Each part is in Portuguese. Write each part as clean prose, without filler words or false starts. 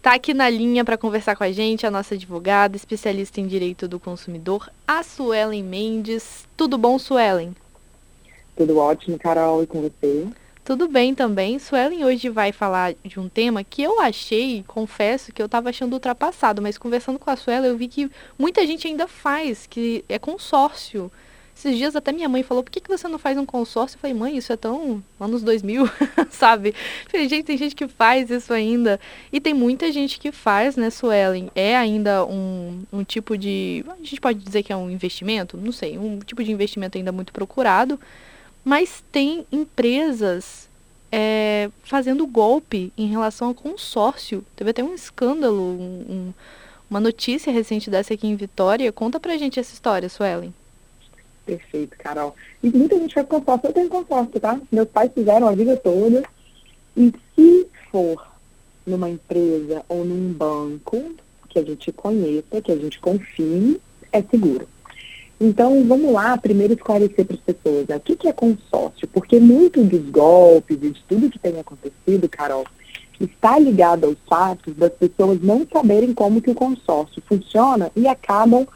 Tá aqui na linha para conversar com a gente a nossa advogada, especialista em direito do consumidor, a Suelen Mendes. Tudo bom, Suelen? Tudo ótimo, Carol, e com você? Tudo bem também. Suelen hoje vai falar de um tema que eu achei, confesso, que eu estava achando ultrapassado, mas conversando com a Suelen eu vi que muita gente ainda faz, que é consórcio. Esses dias até minha mãe falou, por que que você não faz um consórcio? Eu falei, mãe, isso é tão anos 2000, sabe? Eu falei, gente, tem gente que faz isso ainda. E tem muita gente que faz, né, Suelen? É ainda um tipo de... A gente pode dizer que é um investimento? Não sei, um tipo de investimento ainda muito procurado. Mas tem empresas fazendo golpe em relação ao consórcio. Teve até um escândalo, uma notícia recente dessa aqui em Vitória. Conta pra gente essa história, Suelen. Perfeito, Carol. E muita gente faz consórcio. Eu tenho consórcio, tá? Meus pais fizeram a vida toda. E se for numa empresa ou num banco que a gente conheça, que a gente confie, é seguro. Então, vamos lá, primeiro esclarecer para as pessoas, né? O que é consórcio? Porque muito dos golpes e de tudo que tem acontecido, Carol, está ligado aos fatos das pessoas não saberem como que o consórcio funciona e acabam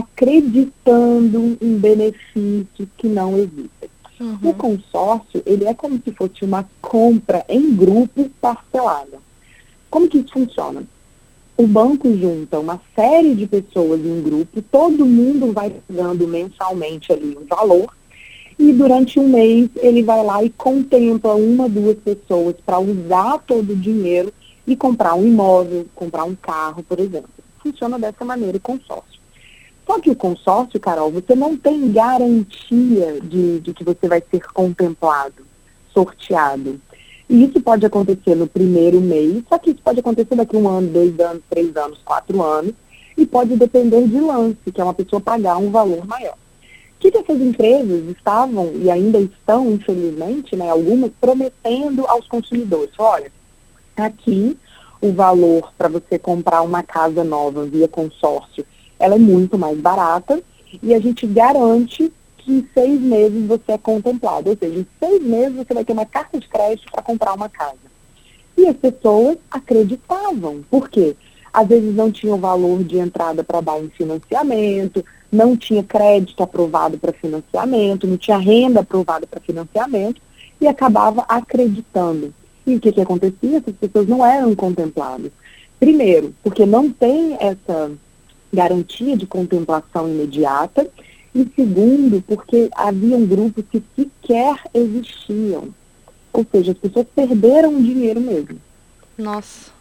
acreditando em benefícios que não existem. O Uhum. consórcio, ele é como se fosse uma compra em grupo parcelada. Como que isso funciona? O banco junta uma série de pessoas em um grupo, todo mundo vai pagando mensalmente ali um valor, e durante um mês ele vai lá e contempla uma, duas pessoas para usar todo o dinheiro e comprar um imóvel, comprar um carro, por exemplo. Funciona dessa maneira o consórcio. Só que o consórcio, Carol, você não tem garantia de que você vai ser contemplado, sorteado. E isso pode acontecer no primeiro mês, só que isso pode acontecer daqui a 1 ano, 2 anos, 3 anos, 4 anos, e pode depender de lance, que é uma pessoa pagar um valor maior. O que essas empresas estavam e ainda estão, infelizmente, né, algumas, prometendo aos consumidores? Olha, aqui o valor para você comprar uma casa nova via consórcio, ela é muito mais barata e a gente garante que em 6 meses você é contemplado. Ou seja, em 6 meses você vai ter uma carta de crédito para comprar uma casa. E as pessoas acreditavam. Por quê? Às vezes não tinha o valor de entrada para dar em financiamento, não tinha crédito aprovado para financiamento, não tinha renda aprovada para financiamento e acabava acreditando. E o que acontecia? Essas pessoas não eram contempladas. Primeiro, porque não tem essa garantia de contemplação imediata, e segundo, porque haviam grupos que sequer existiam. Ou seja, as pessoas perderam dinheiro mesmo. Nossa.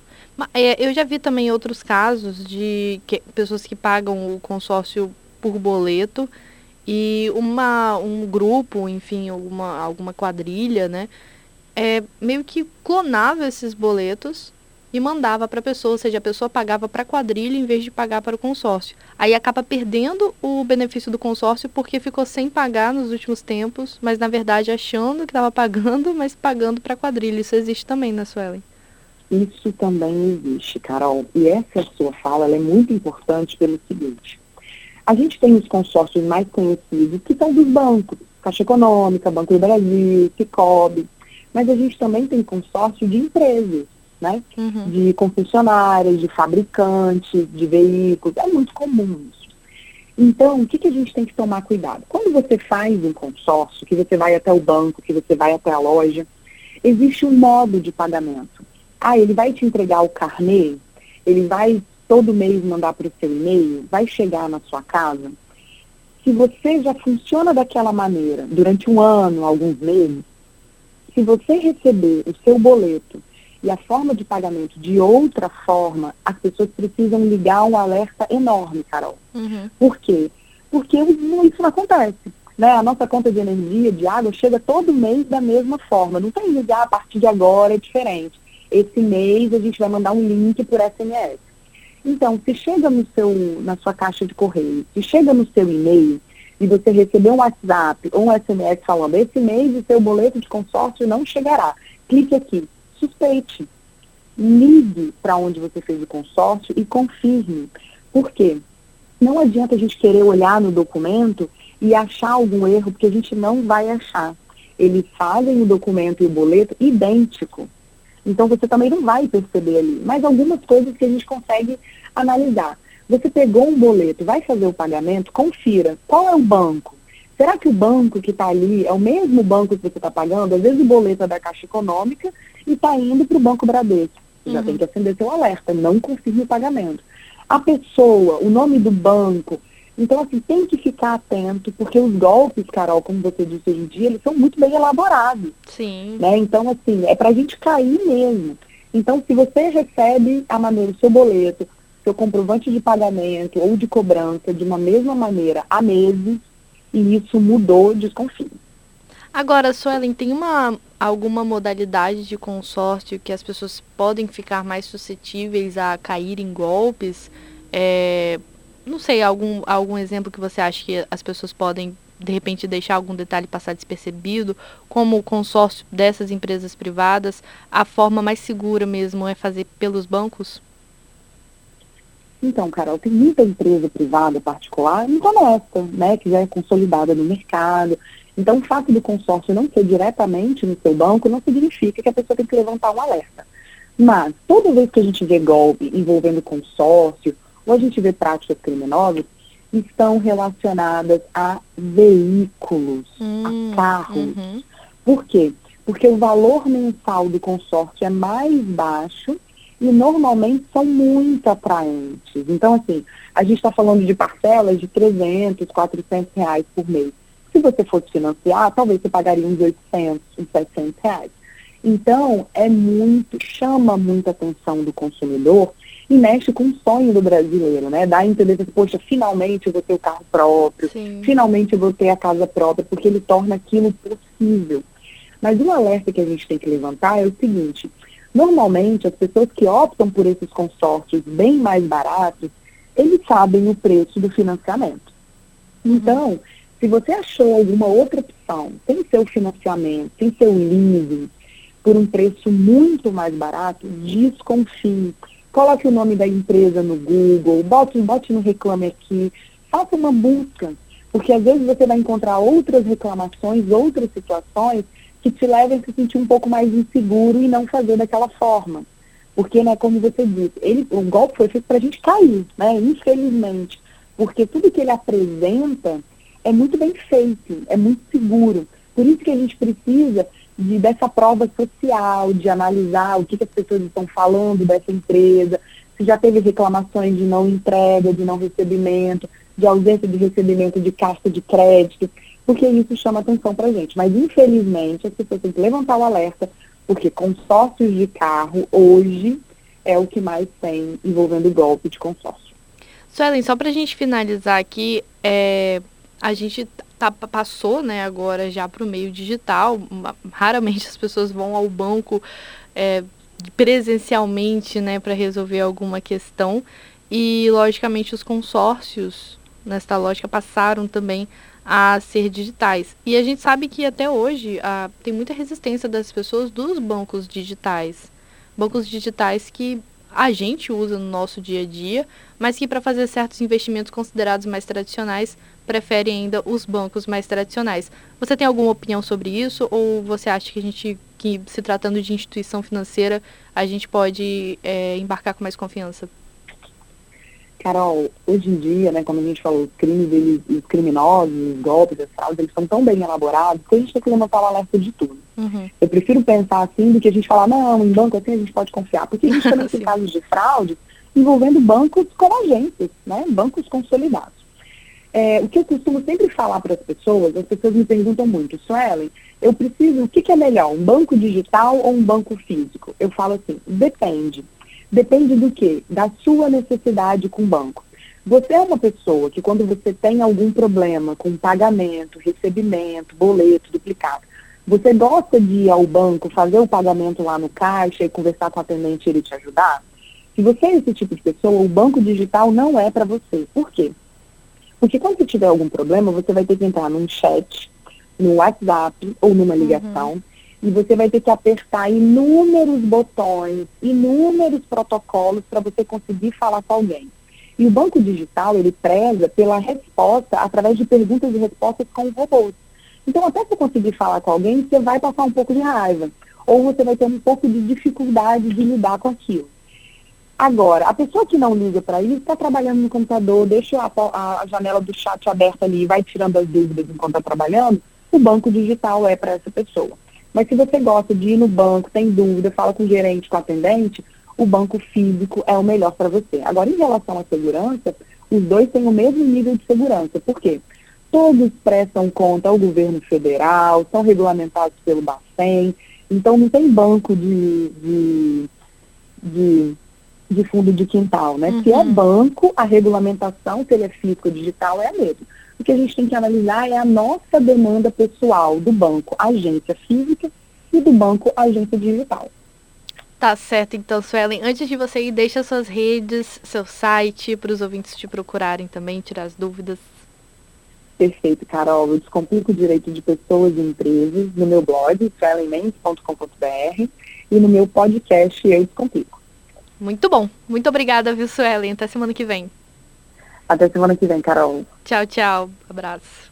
Eu já vi também outros casos de pessoas que pagam o consórcio por boleto e um grupo, enfim, alguma quadrilha, né? Meio que clonava esses boletos e mandava para a pessoa, ou seja, a pessoa pagava para a quadrilha em vez de pagar para o consórcio. Aí acaba perdendo o benefício do consórcio porque ficou sem pagar nos últimos tempos, mas na verdade achando que estava pagando, mas pagando para a quadrilha. Isso existe também na Suelen. Isso também existe, Carol. E essa sua fala ela é muito importante pelo seguinte. A gente tem os consórcios mais conhecidos, que são dos bancos. Caixa Econômica, Banco do Brasil, Sicoob. Mas a gente também tem consórcio de empresas, né? Uhum. De concessionárias, de fabricantes, de veículos. É muito comum isso. Então, o que a gente tem que tomar cuidado? Quando você faz um consórcio, que você vai até o banco, que você vai até a loja, existe um modo de pagamento. Ele vai te entregar o carnê, ele vai todo mês mandar para o seu e-mail, vai chegar na sua casa. Se você já funciona daquela maneira durante 1 ano, alguns meses, se você receber o seu boleto e a forma de pagamento de outra forma, as pessoas precisam ligar um alerta enorme, Carol. Uhum. Por quê? Porque isso não acontece. Né? A nossa conta de energia, de água, chega todo mês da mesma forma. Não tem ligar a partir de agora, é diferente. Esse mês a gente vai mandar um link por SMS. Então, se chega na sua caixa de correio, se chega no seu e-mail e você recebeu um WhatsApp ou um SMS falando, esse mês o seu boleto de consórcio não chegará. Clique aqui, suspeite. Ligue para onde você fez o consórcio e confirme. Por quê? Não adianta a gente querer olhar no documento e achar algum erro, porque a gente não vai achar. Eles fazem o documento e o boleto idêntico. Então você também não vai perceber ali. Mas algumas coisas que a gente consegue analisar. Você pegou um boleto, vai fazer o pagamento, confira qual é o banco. Será que o banco que está ali é o mesmo banco que você está pagando? Às vezes o boleto é da Caixa Econômica e está indo para o Banco Bradesco. Você já tem que acender seu alerta, não confirme o pagamento. A pessoa, o nome do banco. Então, assim, tem que ficar atento, porque os golpes, Carol, como você disse hoje em dia, eles são muito bem elaborados. Sim. Né? Então, assim, é para a gente cair mesmo. Então, se você recebe a maneira, o seu boleto, seu comprovante de pagamento ou de cobrança de uma mesma maneira há meses, e isso mudou, desconfie. Agora, Suelen, tem alguma modalidade de consórcio que as pessoas podem ficar mais suscetíveis a cair em golpes? Não sei, algum exemplo que você acha que as pessoas podem, de repente, deixar algum detalhe passar despercebido, como o consórcio dessas empresas privadas, a forma mais segura mesmo é fazer pelos bancos? Então, Carol, tem muita empresa privada, particular, muito honesta, né, que já é consolidada no mercado. Então, o fato do consórcio não ser diretamente no seu banco não significa que a pessoa tem que levantar um alerta. Mas, toda vez que a gente vê golpe envolvendo consórcio, ou a gente vê práticas criminosas, estão relacionadas a veículos, a carros. Por quê? Porque o valor mensal do consórcio é mais baixo e normalmente são muito atraentes. Então, assim, a gente está falando de parcelas de 300, 400 reais por mês. Se você fosse financiar, talvez você pagaria uns 800, uns 700 reais. Então, chama muita atenção do consumidor e mexe com o sonho do brasileiro, né? Dá a entender que, poxa, finalmente eu vou ter o carro próprio, finalmente eu vou ter a casa própria, porque ele torna aquilo possível. Mas um alerta que a gente tem que levantar é o seguinte: normalmente, as pessoas que optam por esses consórcios bem mais baratos, eles sabem o preço do financiamento. Então, se você achou alguma outra opção, sem seu financiamento, sem seu leasing, por um preço muito mais barato, desconfie. Coloque o nome da empresa no Google, bote no Reclame Aqui, faça uma busca, porque às vezes você vai encontrar outras reclamações, outras situações que te levem a se sentir um pouco mais inseguro e não fazer daquela forma. Porque, né, como você disse, o golpe foi feito para a gente cair, né, infelizmente. Porque tudo que ele apresenta é muito bem feito, é muito seguro. Por isso que a gente precisa dessa prova social, de analisar o que as pessoas estão falando dessa empresa, se já teve reclamações de não entrega, de não recebimento, de ausência de recebimento de carta de crédito, porque isso chama atenção para a gente. Mas, infelizmente, as pessoas têm que levantar o alerta, porque consórcios de carro, hoje, é o que mais tem envolvendo golpe de consórcio. Suelen, só para a gente finalizar aqui, a gente passou, né, agora já para o meio digital. Raramente as pessoas vão ao banco presencialmente, né, para resolver alguma questão. E, logicamente, os consórcios, nesta lógica, passaram também a ser digitais. E a gente sabe que até hoje tem muita resistência das pessoas dos bancos digitais. Bancos digitais que a gente usa no nosso dia a dia, mas que para fazer certos investimentos considerados mais tradicionais, preferem ainda os bancos mais tradicionais. Você tem alguma opinião sobre isso, ou você acha que se tratando de instituição financeira, a gente pode embarcar com mais confiança? Carol, hoje em dia, né, como a gente falou, os crimes, os criminosos, os golpes, as fraudes, eles são tão bem elaborados que a gente tem que levantar o alerta de tudo. Eu prefiro pensar assim do que a gente falar, não, em banco assim a gente pode confiar. Porque a gente também tem casos de fraude envolvendo bancos como agências, né, bancos consolidados. O que eu costumo sempre falar para as pessoas me perguntam muito, Suelen, eu preciso, o que é melhor, um banco digital ou um banco físico? Eu falo assim, depende. Depende do quê? Da sua necessidade com o banco. Você é uma pessoa que quando você tem algum problema com pagamento, recebimento, boleto, duplicado, você gosta de ir ao banco, fazer o pagamento lá no caixa e conversar com o atendente e ele te ajudar? Se você é esse tipo de pessoa, o banco digital não é para você. Por quê? Porque quando você tiver algum problema, você vai ter que entrar num chat, no WhatsApp ou numa ligação, e você vai ter que apertar inúmeros botões, inúmeros protocolos para você conseguir falar com alguém. E o banco digital, ele preza pela resposta através de perguntas e respostas com robôs. Então, até você conseguir falar com alguém, você vai passar um pouco de raiva. ou você vai ter um pouco de dificuldade de lidar com aquilo. Agora, a pessoa que não liga para isso, está trabalhando no computador, deixa a janela do chat aberta ali e vai tirando as dúvidas enquanto está trabalhando, o banco digital é para essa pessoa. Mas se você gosta de ir no banco, tem dúvida, fala com o gerente, com o atendente, o banco físico é o melhor para você. Agora, em relação à segurança, os dois têm o mesmo nível de segurança. Por quê? Todos prestam conta ao governo federal, são regulamentados pelo Bacen, então não tem banco de fundo de quintal, né? Se é banco, a regulamentação, se ele é físico ou digital, é a mesma. O que a gente tem que analisar é a nossa demanda pessoal do banco, agência física, e do banco, agência digital. Tá certo, então, Suelen. Antes de você ir, deixa suas redes, seu site, para os ouvintes te procurarem também, tirar as dúvidas. Perfeito, Carol. Eu descomplico o direito de pessoas e empresas no meu blog, suelenmendes.com.br, e no meu podcast Eu Descomplico. Muito bom. Muito obrigada, viu, Suelen? Até semana que vem. Até semana que vem, Carol. Tchau, tchau. Abraço.